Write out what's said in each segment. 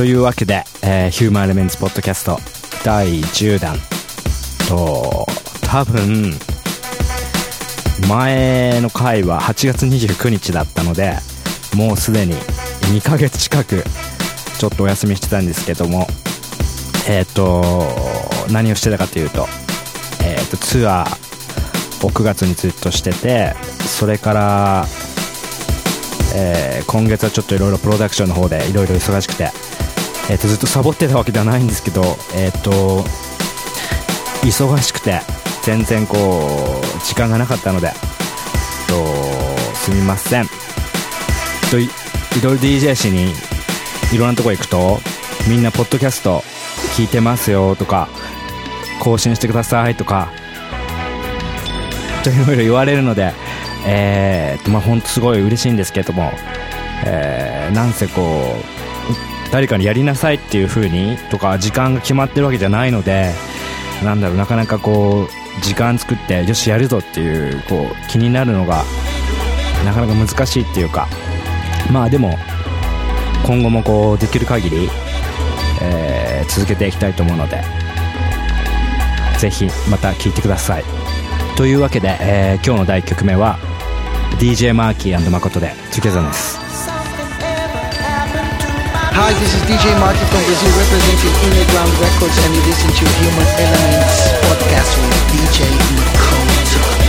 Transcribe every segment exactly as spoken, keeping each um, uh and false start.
というわけで、えー、ヒューマンエレメンツポッドキャストだいじゅうだんと、多分前の回ははちがつにじゅうくにちだったので、もうすでににかげつ近くちょっとお休みしてたんですけども、えっと何をしてたかというと、えっとツアーをくがつにずっとしてて、それから、えー、今月はちょっといろいろプロダクションの方でいろいろ忙しくて、えっとずっとサボってたわけではないんですけど、えっと忙しくて全然こう時間がなかったので、とすみませんと、いろいろ ディージェー しにいろんなとこ行くと、みんなポッドキャスト聞いてますよとか、更新してくださいとかといろいろ言われるので、えーとまあ本当すごい嬉しいんですけども、えー、なんせこう誰かにやりなさいっていう風にとか時間が決まってるわけじゃないので、なんだろう、なかなかこう時間作ってよしやるぞっていうこう気になるのがなかなか難しいっていうか、まあでも今後もこうできる限り、えー、続けていきたいと思うので、ぜひまた聴いてください。というわけで、えー、今日のだいいっきょくめは ディージェー マーキー&誠で Together です。 Hi, this is ディージェー Marky from Brazil representing Underground Records, and you listen to Human Elements podcast with ディージェー Makoto.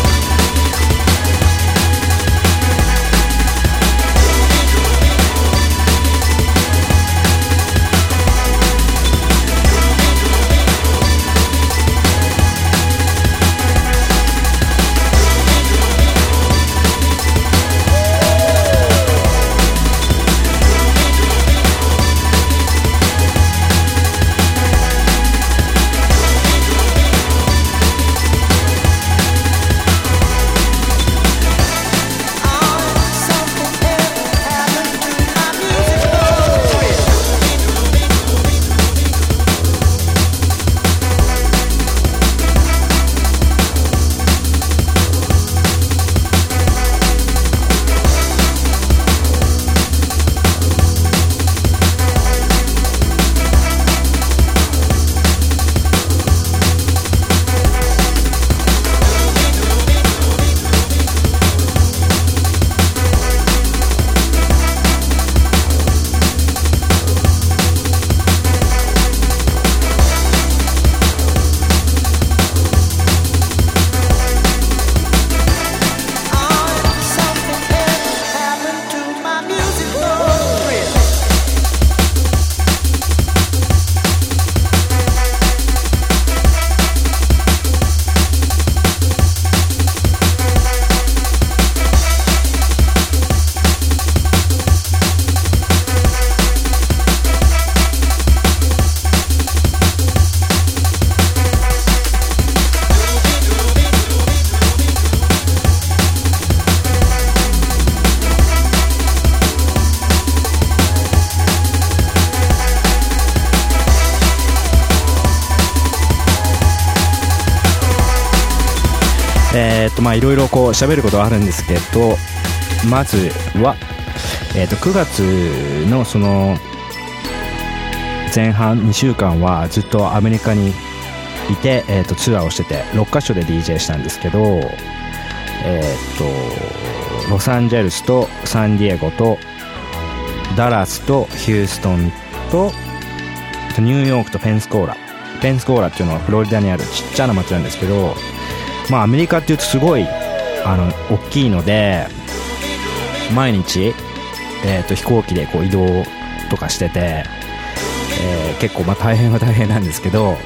えーとまあいろいろこう喋ることはあるんですけど、まずは、えーとくがつのその前半にしゅうかんはずっとアメリカにいて、えーとツアーをしててろっかしょで ディージェー したんですけど、えーとロサンゼルスとサンディエゴとダラスとヒューストンとニューヨークとペンスコーラペンスコーラっていうのはフロリダにあるちっちゃな町なんですけど、まあアメリカっていうとすごいあの大きいので、毎日、えー、と飛行機でこう移動とかしてて、えー、結構まあ大変は大変なんですけど、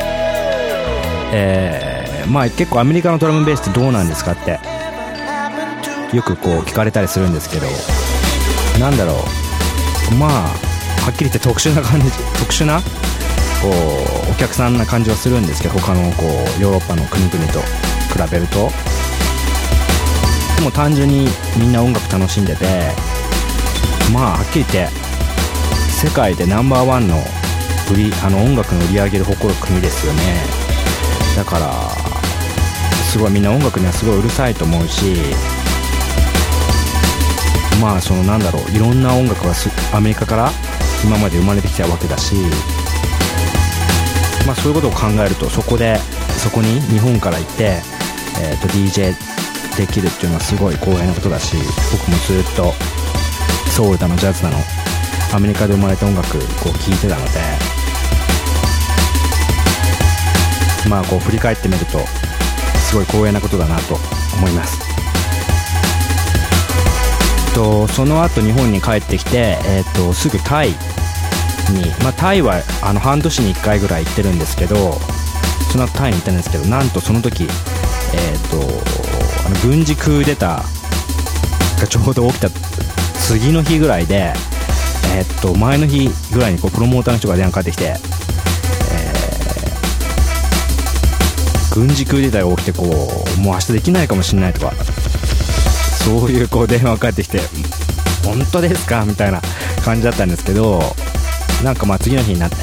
えー、まあ結構アメリカのドラムベースってどうなんですかってよくこう聞かれたりするんですけど、なんだろう、まあはっきり言って特殊な感じ特殊なこうお客さんな感じはするんですけど、他のこうヨーロッパの国々と比べると、でも単純にみんな音楽楽しんでて、まあはっきり言って世界でナンバーワンの売りあの音楽の売り上げる誇る国ですよね。だからすごいみんな音楽にはすごいうるさいと思うし、 まあそのなんだろう、いろんな音楽がアメリカから今まで生まれてきたわけだし、まあそういうことを考えると、そこでそこに日本から行って、えー、と ディージェー できるっていうのはすごい光栄なことだし、僕もずっとソウルだのジャズだのアメリカで生まれた音楽をこう聴いてたので、まあこう振り返ってみるとすごい光栄なことだなと思います。とその後日本に帰ってきて、えー、とすぐタイに、まあ、タイはあの半年にいっかいぐらい行ってるんですけど、その後タイに行ったんですけど、なんとその時、えー、とあの軍事クーデターがちょうど起きた次の日ぐらいで、えー、と前の日ぐらいにこうプロモーターの人が電話かかってきて、えー、軍事クーデターが起きてこうもう明日できないかもしれないとか、そういうこう電話がかかってきて、本当ですかみたいな感じだったんですけど、なんかまあ次の日になって、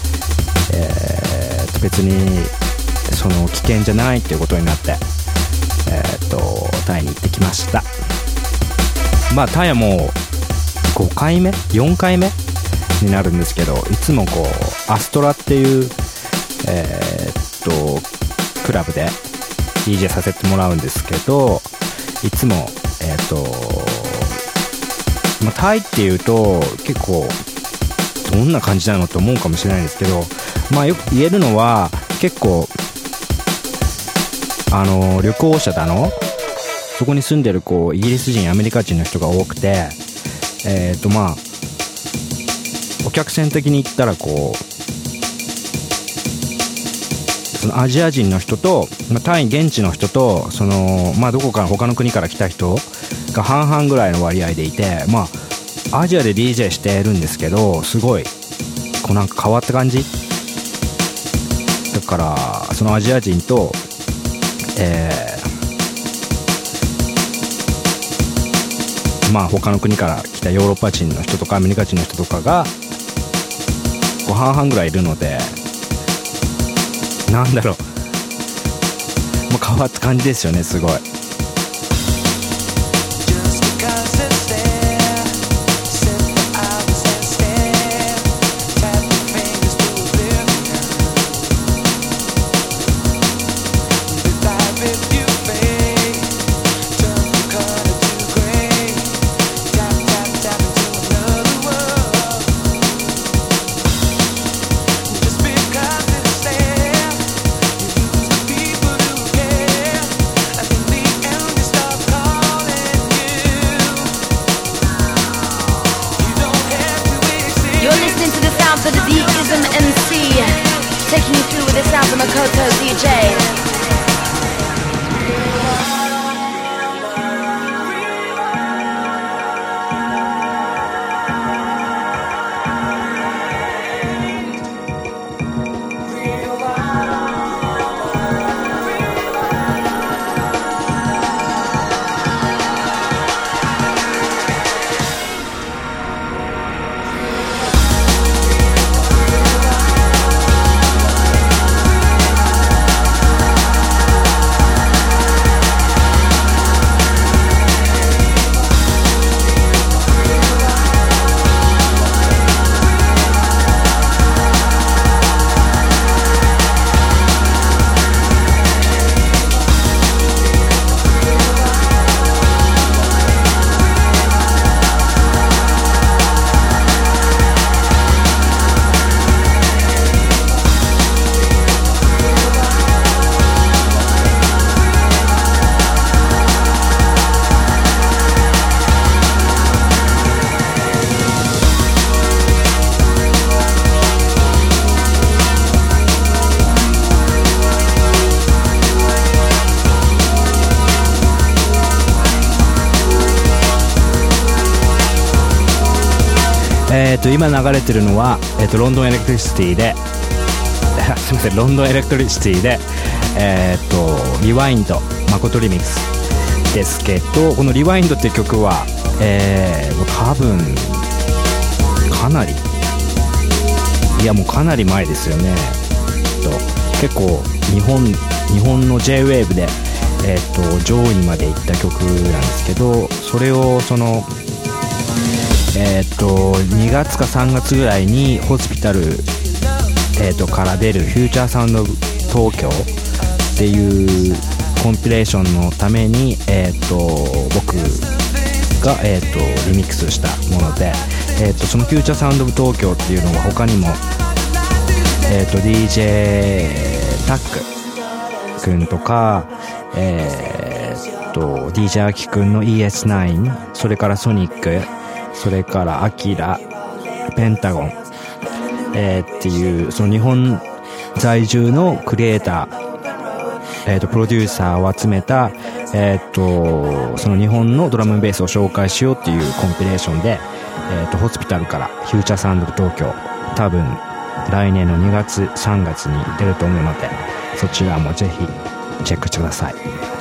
えー、と別にその危険じゃないっていうことになって、えー、とタイに行ってきました。まあタイはもうごかいめよんかいめになるんですけど、いつもこうアストラっていう、えー、とクラブで ディージェー させてもらうんですけど、いつもえーとまあ、タイっていうと結構どんな感じなのって思うかもしれないんですけど、まあよく言えるのは結構あの旅行者だの、そこに住んでるこうイギリス人アメリカ人の人が多くて、えーとまあお客線的に言ったらこうそのアジア人の人と、まあ、タイ現地の人とその、まあ、どこか他の国から来た人が半々ぐらいの割合でいて、まあアジアで ディージェー してるんですけど、すごいこうなんか変わった感じだから、そのアジア人と、えー、まあ他の国から来たヨーロッパ人の人とかアメリカ人の人とかがこう半々ぐらいいるので、なんだろう、もう変わった感じですよね、すごい。 Taking you through with the sounds of Makoto ディージェー. えー、と今流れてるのは、えー、とロンドンエレクトリシティですみませんロンドンエレクトリシティで、えー、とリワインド誠リミックスですけど、このリワインドっていう曲は、えー、もう多分かなりいやもうかなり前ですよね。と結構日本日本の J ウェーブで、えー、と上位まで行った曲なんですけど、それをそのえー、っとにがつかさんがつぐらいにホスピタル、えー、っとから出るフューチャーサウンド東京っていうコンピレーションのために、えー、っと僕が、えー、っとリミックスしたもので、えー、っとそのフューチャーサウンド東京っていうのは他にも、えー、っと ディージェー タックくんとか、えー、っと ディージェー アキくんの イーエスナイン、 それからソニック、それからアキラ、ペンタゴン、えー、っていうその日本在住のクリエイター、えー、とプロデューサーを集めた、えー、とその日本のドラムベースを紹介しようっていうコンピレーションで、えー、とホスピタルからフューチャーサウンド東京、多分来年のにがつさんがつに出ると思うので、そちらもぜひチェックしてください。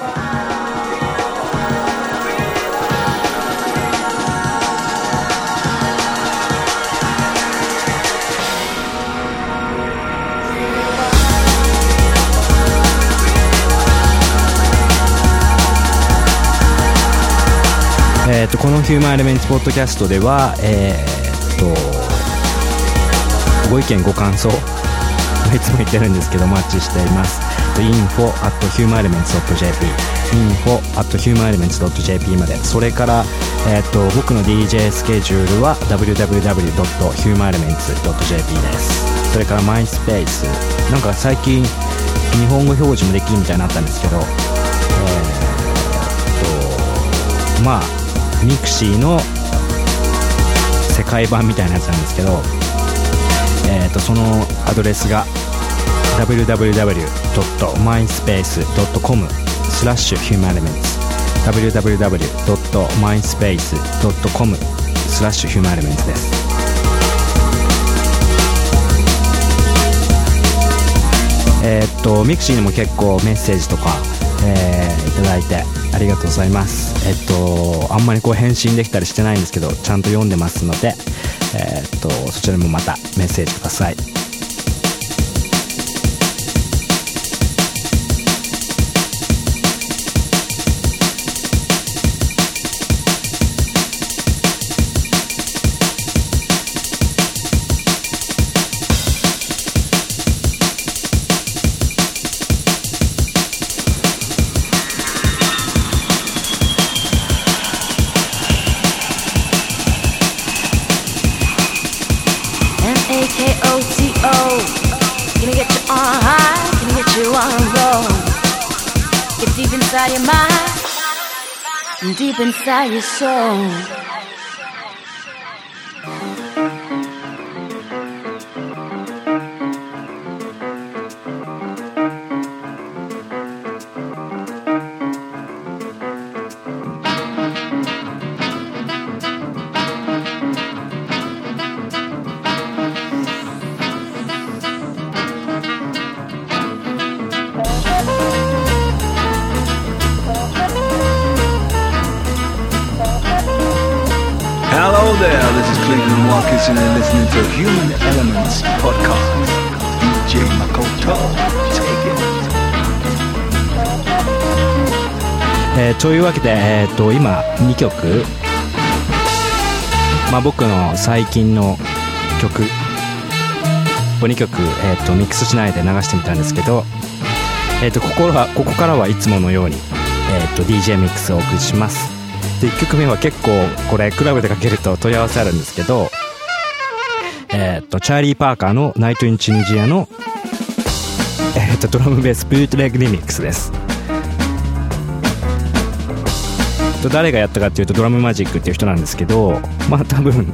えー、とこのヒューマンエレメンツポッドキャストでは、えー、とご意見ご感想いつも言ってるんですけどお待ちしています。 インフォ アット ヒューマンエレメンツ ドット ジェーピー インフォ アット ヒューマンエレメンツ ドット ジェーピー まで、それから、えー、と僕の ディージェー スケジュールは ダブリューダブリューダブリュー ドット ヒューマンエレメンツ ドット ジェーピー です。それからマイスペース、なんか最近日本語表示もできるみたいになったんですけど、えー、とまあミクシーの世界版みたいなやつなんですけど、えー、とそのアドレスが ダブリューダブリューダブリュー ドット マイスペース ドット コム スラッシュ ヒューマンエレメンツ ダブリューダブリューダブリュー ドット マイスペース ドット コム スラッシュ ヒューマンエレメンツです。えー、っとミクシーにも結構メッセージとか、えー、いただいてありがとうございます。えっとあんまりこう返信できたりしてないんですけど、ちゃんと読んでますので、えー、っとそちらにもまたメッセージください。 Inside your mind, deep inside your soul. Hello there, this is Cleveland Marcus and you're listening to Human Elements Podcast. D J Makoto, take it. えー、というわけで、えー、と今にきょく、まあ、僕の最近の曲をにきょく、えー、とミックスしないで流してみたんですけど、えー、とここはここからはいつものように、えー、と ディージェー ミックスをお送りします。でいっきょくめは結構これクラブでかけると問い合わせあるんですけど、えー、とチャーリー・パーカーのナイト・イン・チュニジアの、えー、とドラムベースブートレグリミックスです。と誰がやったかっていうとドラムマジックっていう人なんですけど、まあ多分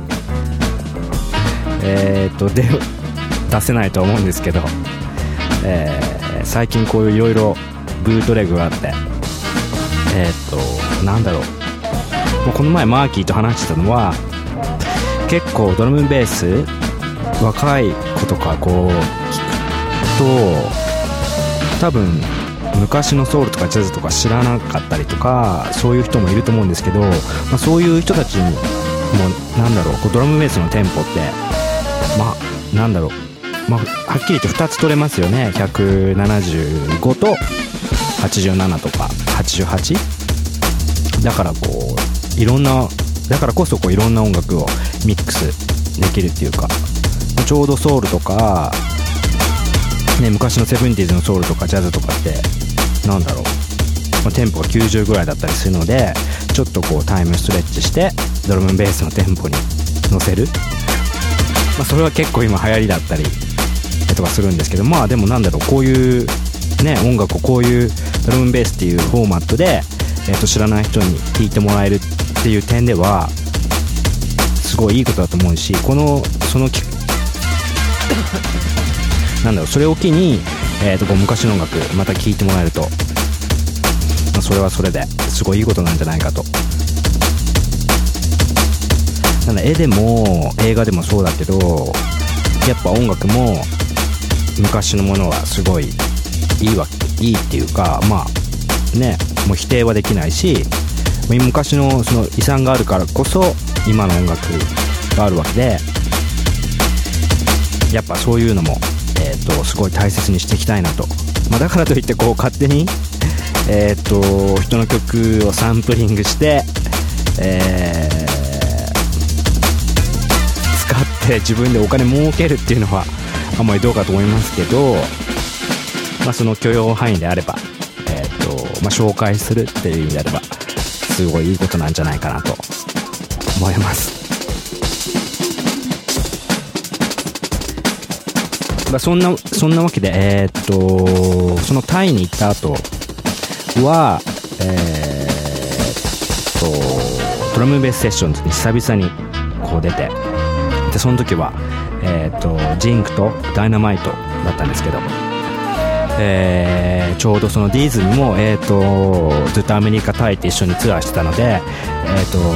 えー、とで出せないと思うんですけど、えー、最近こういういろいろブートレグがあって、えー、となんだろう、もうこの前マーキーと話してたのは、結構ドラムベース若い子とかこう聞くと多分昔のソウルとかジャズとか知らなかったりとか、そういう人もいると思うんですけど、まあ、そういう人たちにもなんだろう、こうドラムベースのテンポってまあなんだろう、まあ、はっきり言ってふたつ取れますよね。ひゃくななじゅうごとはちじゅうななとかはちじゅうはちだから、こういろんなだからこそこういろんな音楽をミックスできるっていうか、ちょうどソウルとか、ね、昔のセブンティーズのソウルとかジャズとかってなんだろう、まあ、テンポがきゅうじゅうぐらいだったりするので、ちょっとこうタイムストレッチしてドラムベースのテンポに乗せる、まあ、それは結構今流行りだったりとかするんですけど、まあでもなんだろう、こういうね音楽をこういうドラムベースっていうフォーマットで、えー、と知らない人に聴いてもらえるっていう点ではすごいいいことだと思うし、このそのなんだろう、それを機に、えー、とこう昔の音楽また聴いてもらえると、まあ、それはそれですごいいいことなんじゃないかと。なんだ絵でも映画でもそうだけど、やっぱ音楽も昔のものはすごいいいわけ、いいっていうか、まあね、もう否定はできないし、昔のその遺産があるからこそ今の音楽があるわけで、やっぱそういうのも、えー、とすごい大切にしていきたいなと。まあ、だからといってこう勝手に、えー、と人の曲をサンプリングして、えー、使って自分でお金儲けるっていうのはあんまりどうかと思いますけど、まあ、その許容範囲であれば、えーとまあ、紹介するっていう意味であればすごいいいことなんじゃないかなと思います。まあ、そんなそんなわけで、えー、っとそのタイに行った後は、えー、っとドラムベースセッションズに久々にこう出て、でその時は、えー、っとジンクとダイナマイトだったんですけど、えー、ちょうどそのディズニーも、えー、とずっとアメリカタイって一緒にツアーしてたので、えー、と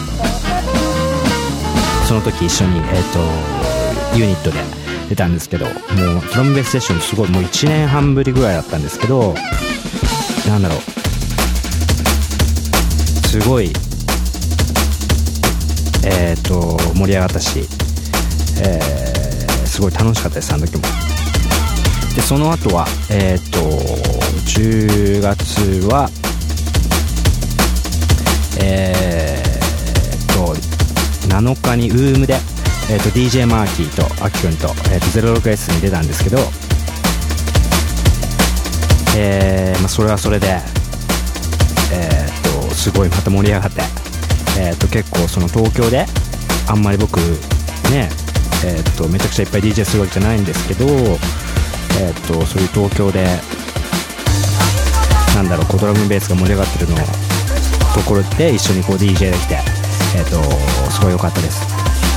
その時一緒に、えー、とユニットで出たんですけど、もうドラムベースセッションすごいもういちねんはんぶりぐらいだったんですけど、なんだろう、すごい、えー、と盛り上がったし、えー、すごい楽しかったです、あの時も。でその後は、えー、とじゅうがつは、えー、となのかにウームで、えー、と ディージェー マーキーとアキくんと、えー、と ゼロろくエス に出たんですけど、えーまあ、それはそれで、えー、とすごいまた盛り上がって、えー、と結構その東京であんまり僕ね、えー、とめちゃくちゃいっぱい ディージェー するわけじゃないんですけど、えー、とそういう東京でなんだろう、こうドラムベースが盛り上がってるのところで一緒にこう ディージェー できて、えー、とすごい良かったです。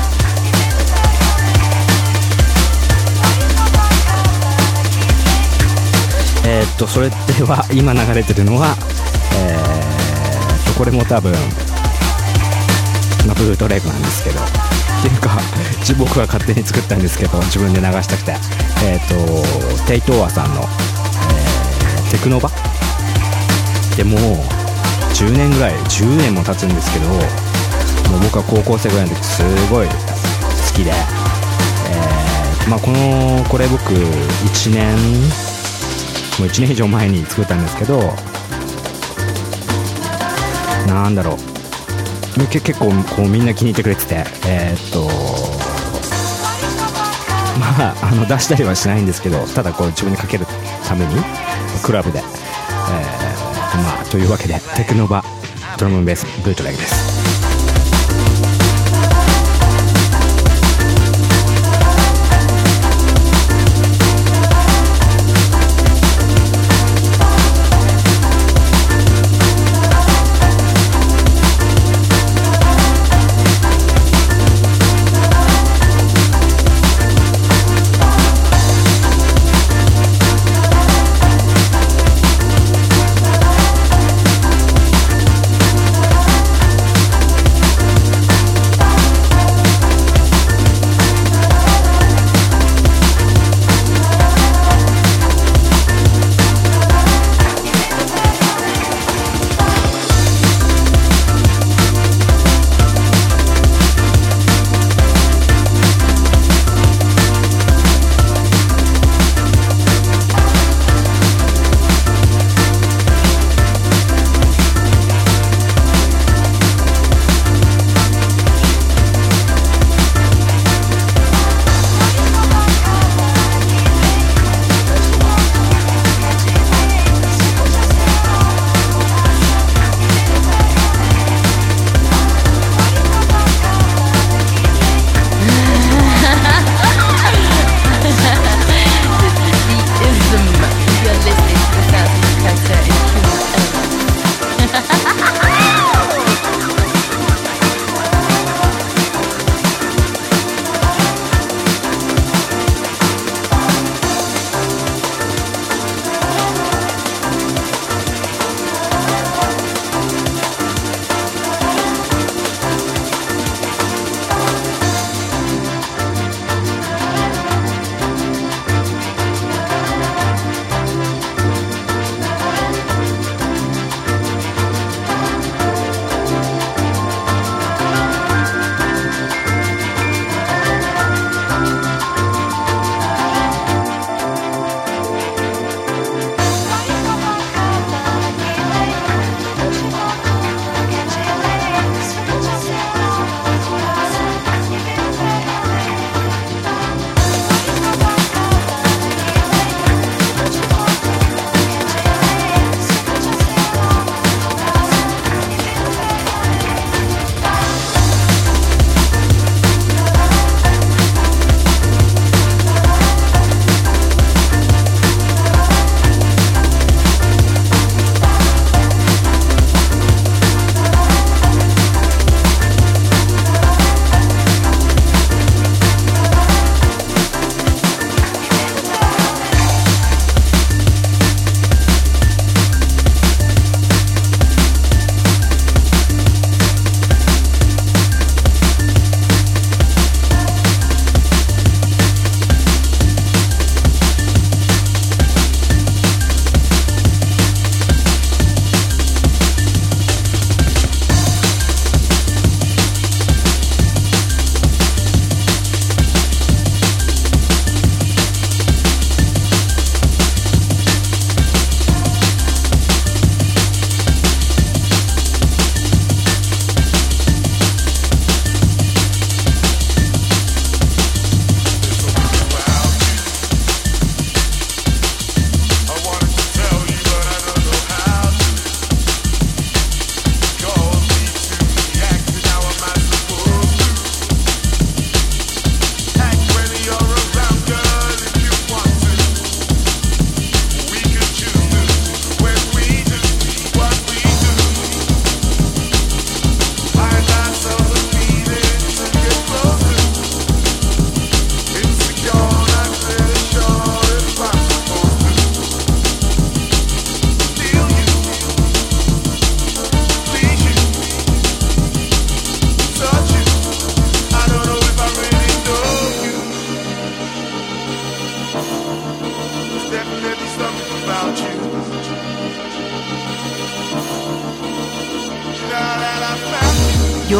えー、とそれでは今流れてるのは、えー、とこれも多分、まあ、ブートレグなんですけど、っていうか僕は勝手に作ったんですけど自分で流したくて、えー、とテイトーアさんの、えー、テクノバでもうじゅうねんぐらいじゅうねんも経つんですけど、もう僕は高校生ぐらいの時すごい好きで、えーまあ、このこれ僕いちねんもういちねん以上前に作ったんですけど、なんだろう、結構こうみんな気に入ってくれてて、えー、っとまああの出したりはしないんですけど、ただこう自分にかけるためにクラブで、えー、まあというわけでテクノバドラムベースブートレグです。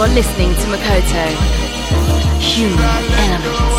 You're listening to Makoto. Human Elements.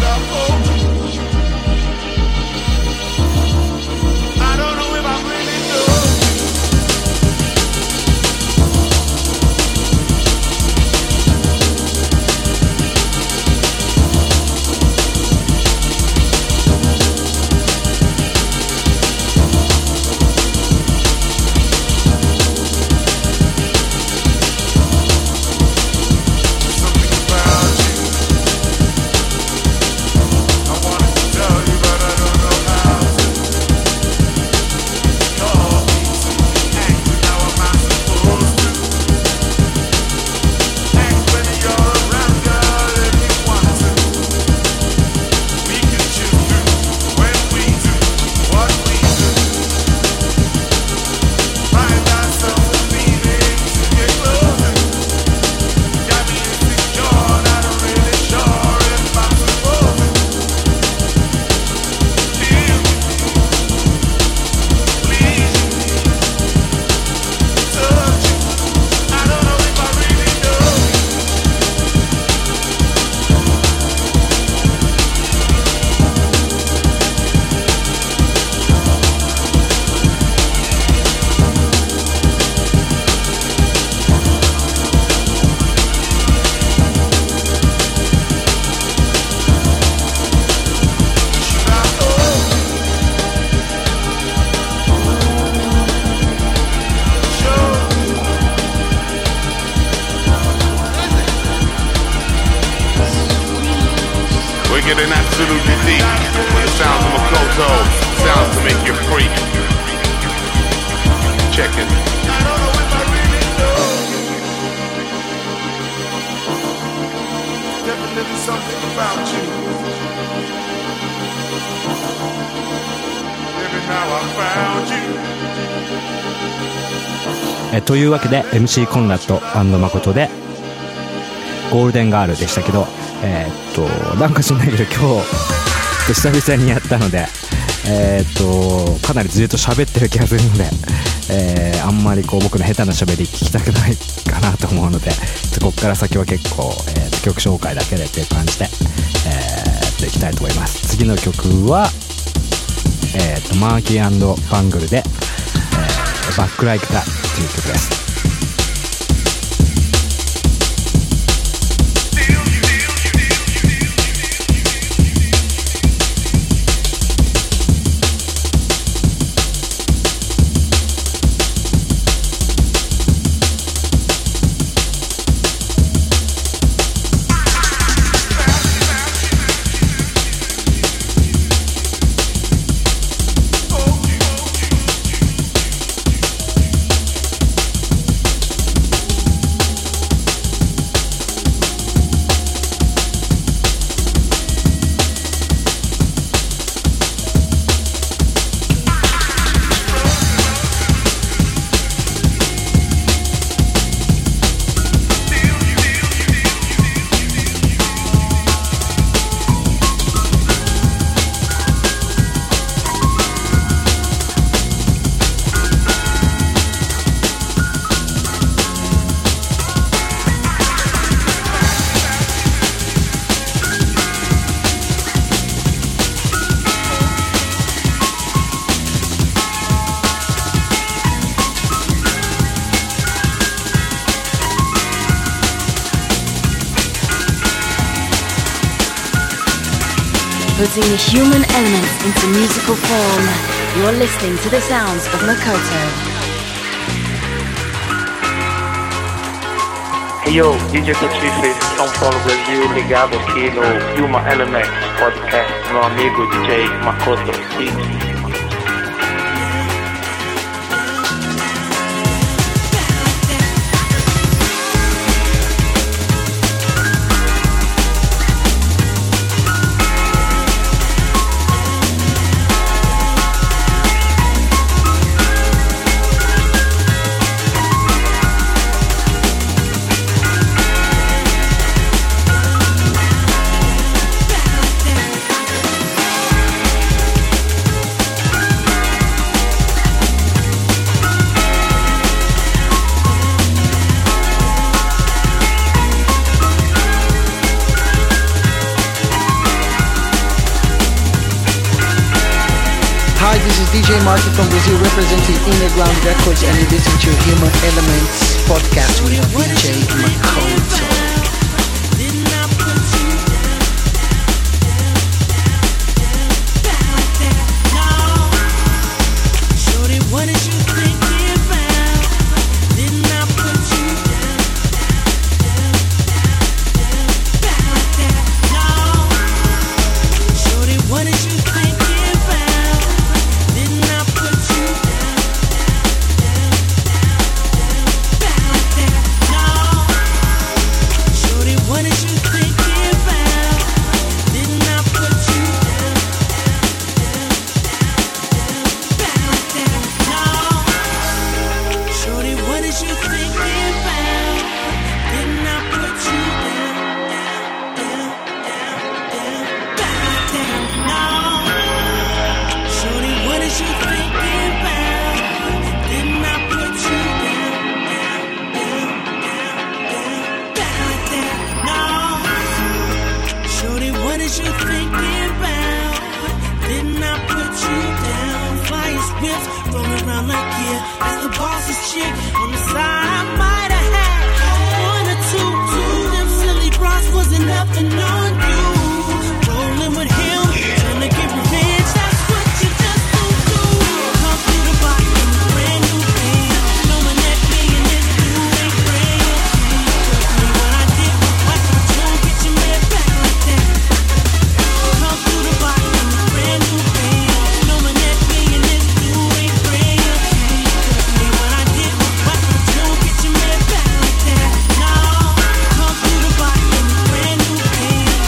Getting absolutely deep with the sounds of Makoto, sounds to make you freak. Check it. I don't know if I really know. Definitely something about you. Every now I found you. えというわけで エムシー コンラッド&誠でゴールデンガールでしたけど、えー、っとなんか知んないけど今日久々にやったので、えー、っとかなりずっと喋ってる気がするので、えー、あんまりこう僕の下手な喋り聞きたくないかなと思うので、ここから先は結構、えー、曲紹介だけでっていう感じで、えー、やっていきたいと思います。次の曲は、えー、っとマーキー&バングルで、えー、バックライクだっていう曲です。 Putting the human elements into musical form. You're listening to the sounds of Makoto. Hey yo, D J Cotife, São Paulo, Brasil, ligado aqui no Human Elements Podcast, meu amigo D J Makoto. Peace. J Martin from Brazil representing Underground Records, and you listen to Human Elements podcast with D J Makoto. What did you think about? Didn't I put you down? About that? No. Shorty, what did you think about? Didn't I put you down? About that? No. Shorty, what did you think about? Didn't I put you down? About that? Shorty, what did you think about? Didn't I put you down, down, down, down, down, back down? No. Shorty, what did you think about? Didn't I put you down, down, down, down, down, back down? No. Shorty, what did you think about? Didn't I put you down? Flyers, whips, rolling around like yeah, that's the boss's chick. On the side, I might have had one or two. Two them silly bras wasn't nothing on you. Rolling with him, trying to get revenge. That's what you just do. do. Come through the body in a brand new thing, knowing that me and this dude ain't brand. Trust me, what I did, I thought you would get your man back like that. Come through the body in a brand new thing, knowing that me and this dude ain't brand. Trust me, what I did, I thought you would get your man back like that. No, come through the body in a brand new thing,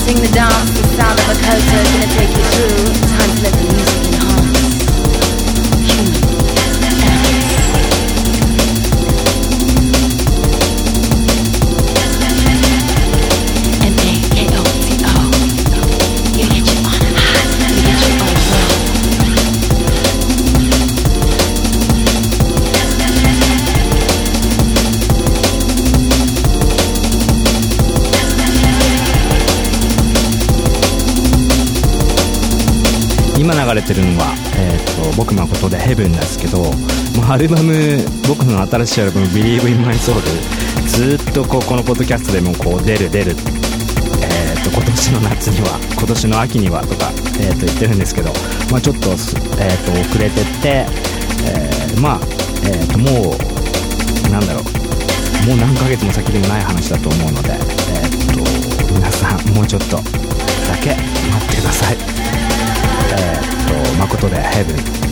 Sing the dance, the sound of a coaster is gonna take you through. Time to let the music enhance. Human elements. M A K O T O. You get you on high, you get you on roll. 今流れてるのは、えー、と僕誠でヘブンなんですけど、もうアルバム、僕の新しいアルバム Believe in My Soul ずっとこうこのポッドキャストでもこう出る出る、えー、と今年の夏には今年の秋にはとか、えー、と言ってるんですけど、まあ、ちょっと、えー、と遅れてって、えー、まあ、えー、ともうなんだろうもう何ヶ月も先でもない話だと思うので、えー、と皆さんもうちょっとだけ待ってください。えー、と誠でヘブン。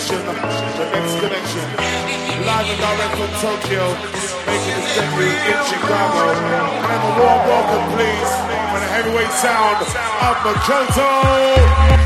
production, the next connection. Live and direct from Tokyo, making this debut in Chicago. And a warm welcome, please, for the heavyweight sound of Makoto.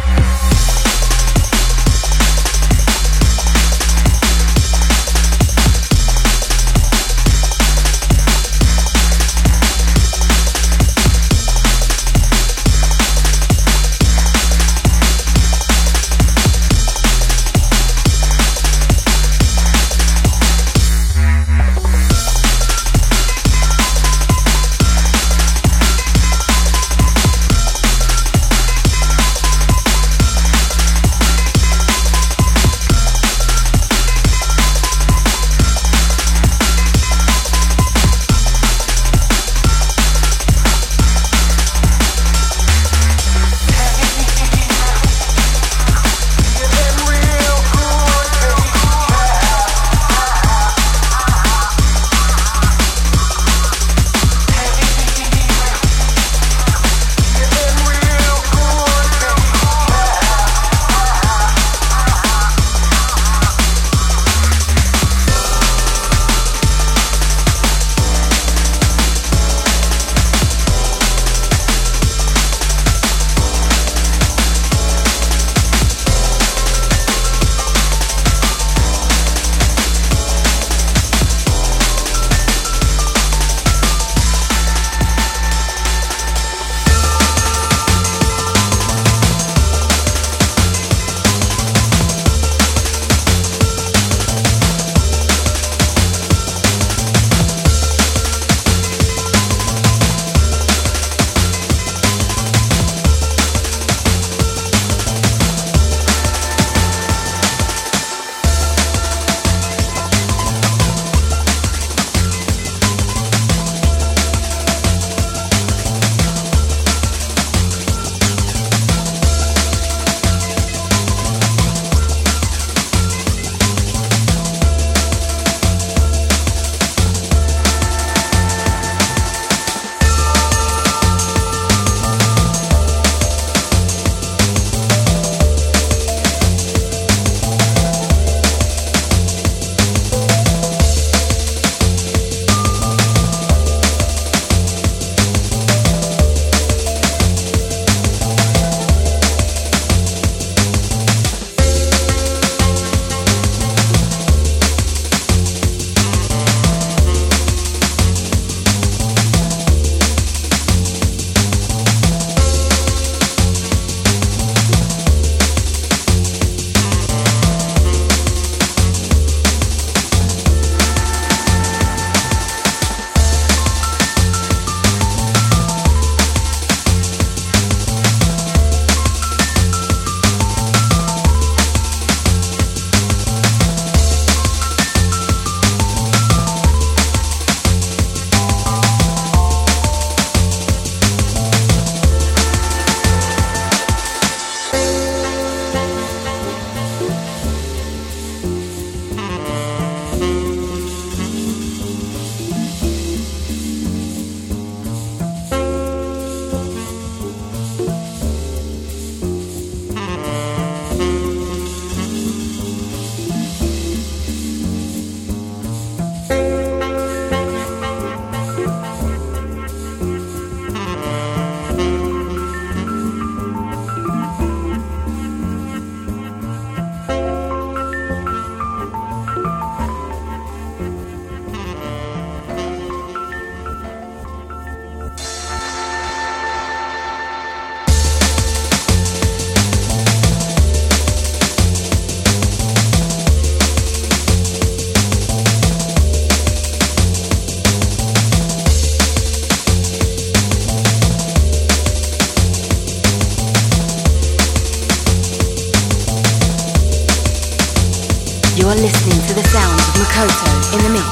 You are listening to the sounds of Makoto in the mix.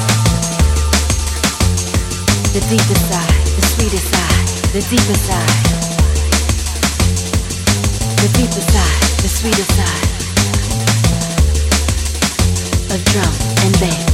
The deeper side, the sweeter side, the deeper side. The deeper side, the sweeter side of drum and bass.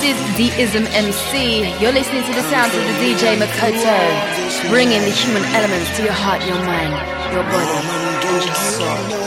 is D-Ism M C. You're listening to the sounds of the D J Makoto, bringing the human elements to your heart, your mind, your body, and your soul.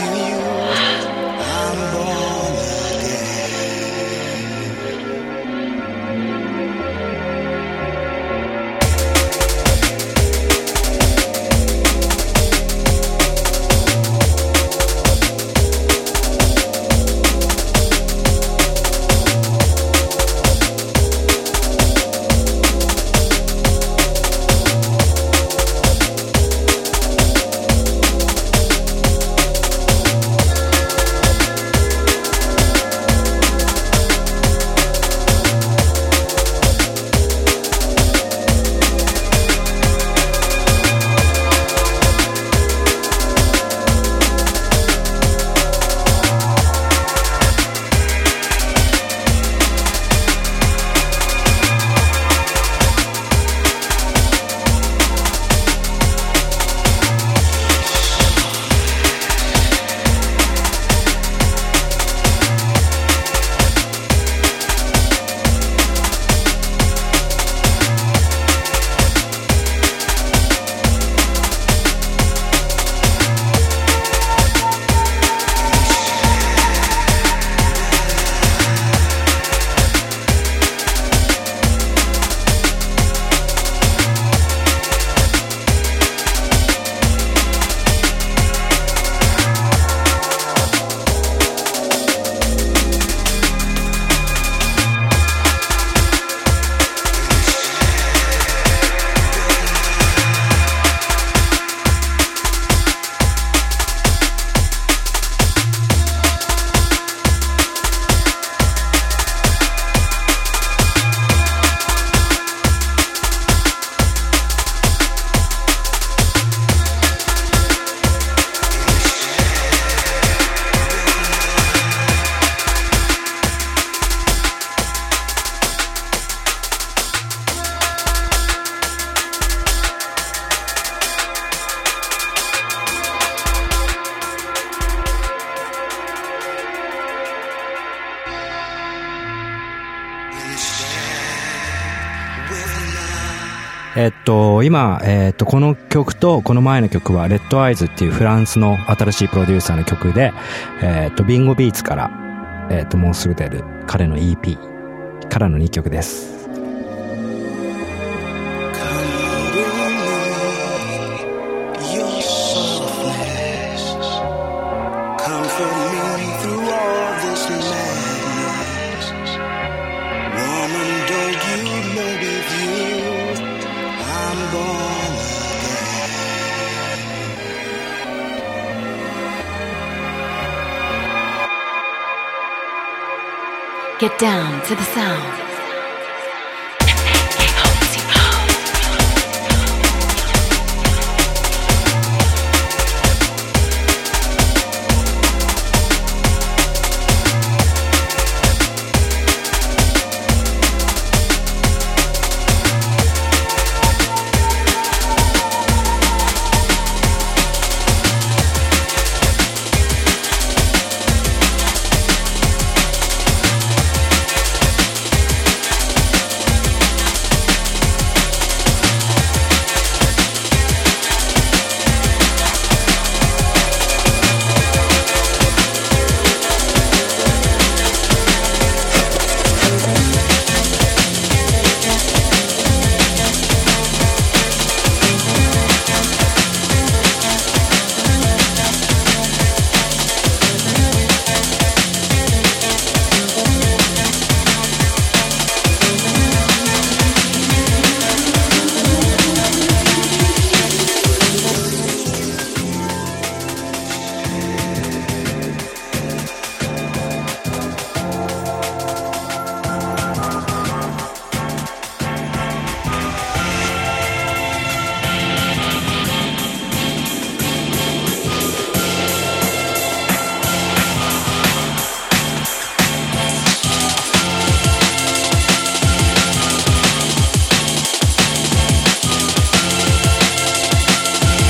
えっと、今、えっと、この曲とこの前の曲はレッドアイズっていうフランスの新しいプロデューサーの曲で、えっと、ビンゴビーツから、えっと、もうすぐ出る彼の イーピー からのにきょくです。 Get down to the sound.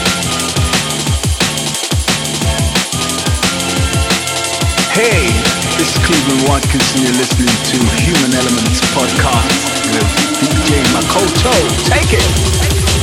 Hey, This is Cleveland Watkins and you're listening to Human Elements Podcast with D J Makoto. Take it!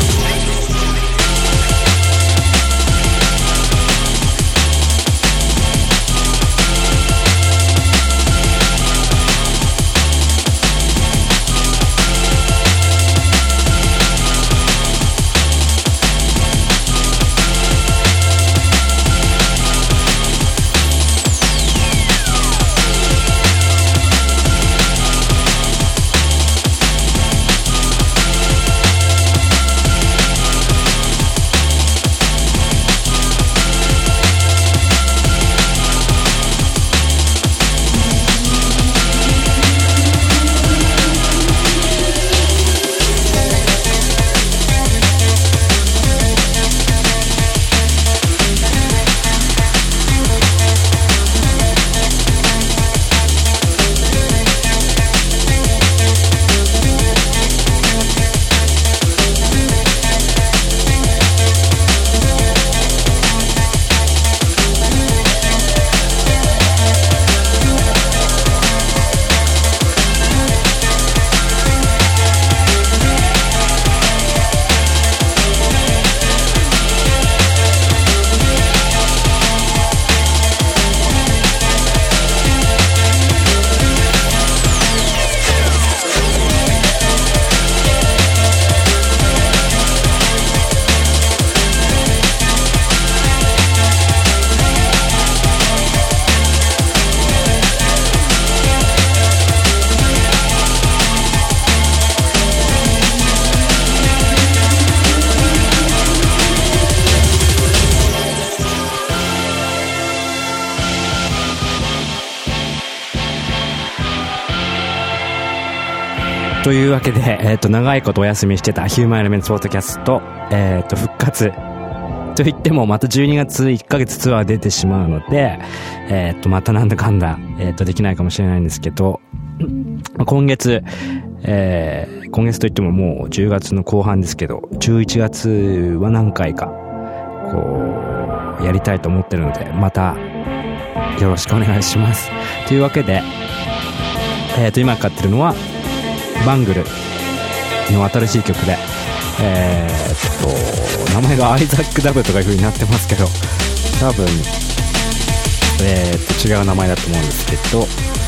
というわけで、えー、と長いことお休みしてたヒューマンエレメンツポッドキャスト、えー、と復活といってもまたじゅうにがついっかげつツアー出てしまうので、えー、とまたなんだかんだ、えー、とできないかもしれないんですけど、今月、えー、今月といってももうじゅうがつの後半ですけど、じゅういちがつは何回かこうやりたいと思ってるので、またよろしくお願いします。というわけで、えー、と今かかってるのはバングルの新しい曲で、えー、っと名前がアイザック・ダブとかいう風になってますけど、多分、えー、っと違う名前だと思うんですけど、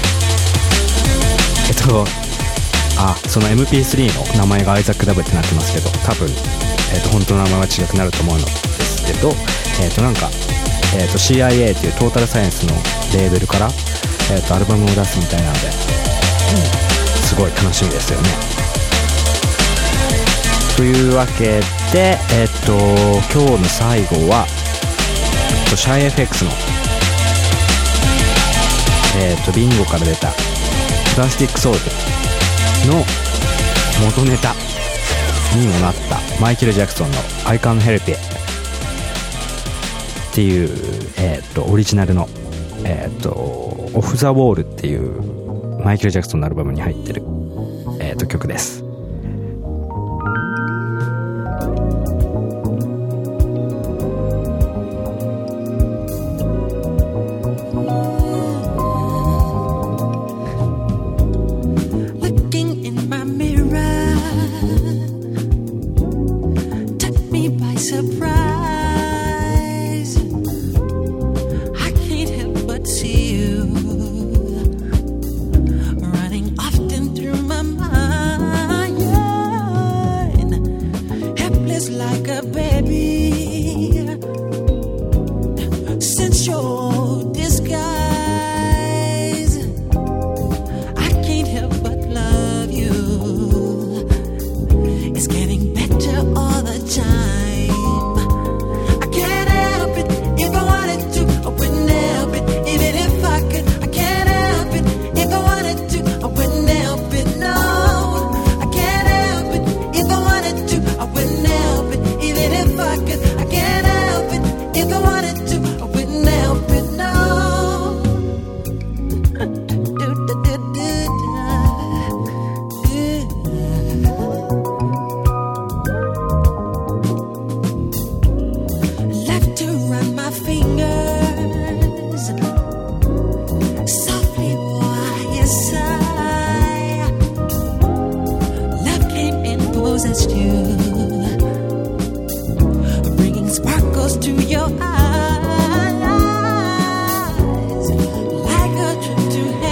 えっとあその エムピースリー の名前がアイザック・ダブってなってますけど、多分、えー、っと本当の名前は違くなると思うのですけど、えー、っとなんか、えー、っと シーアイエー っていうトータルサイエンスのレーベルから、えー、っとアルバムを出すみたいなので、うんすごい楽しみですよね。というわけで、えっと今日の最後は、えっと、シャイ エフエックス の、えっとビンゴから出たプラスティックソウルの元ネタにもなったマイケル・ジャクソンの I Can't Help It っていう、えっとオリジナルの、えっとオフ・ザ・ウォールっていうマイケル・ジャクソンのアルバムに入ってる、えー、と曲です。 Running often through my mind.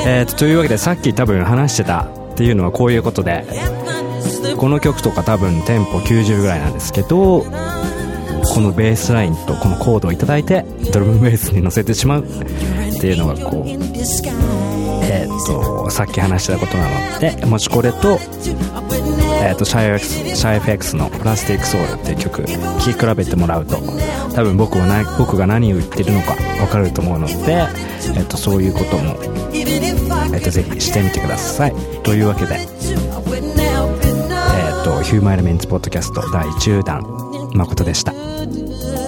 えーと、というわけでさっき多分話してたっていうのはこういうことで、この曲とか多分テンポきゅうじゅうぐらいなんですけど、このベースラインとこのコードをいただいてドラムベースに乗せてしまうっていうのがこう、えーとさっき話したことなので、もしこれとえーとシャイエフエックス、シャイエフエックスのプラスティックソウルっていう曲聴き比べてもらうと、多分僕はな僕が何を言ってるのか分かると思うので、えーとそういうことも、えーとぜひしてみてください。というわけで、えーとヒューマンエレメンツポッドキャストだいじゅうだん、誠でした。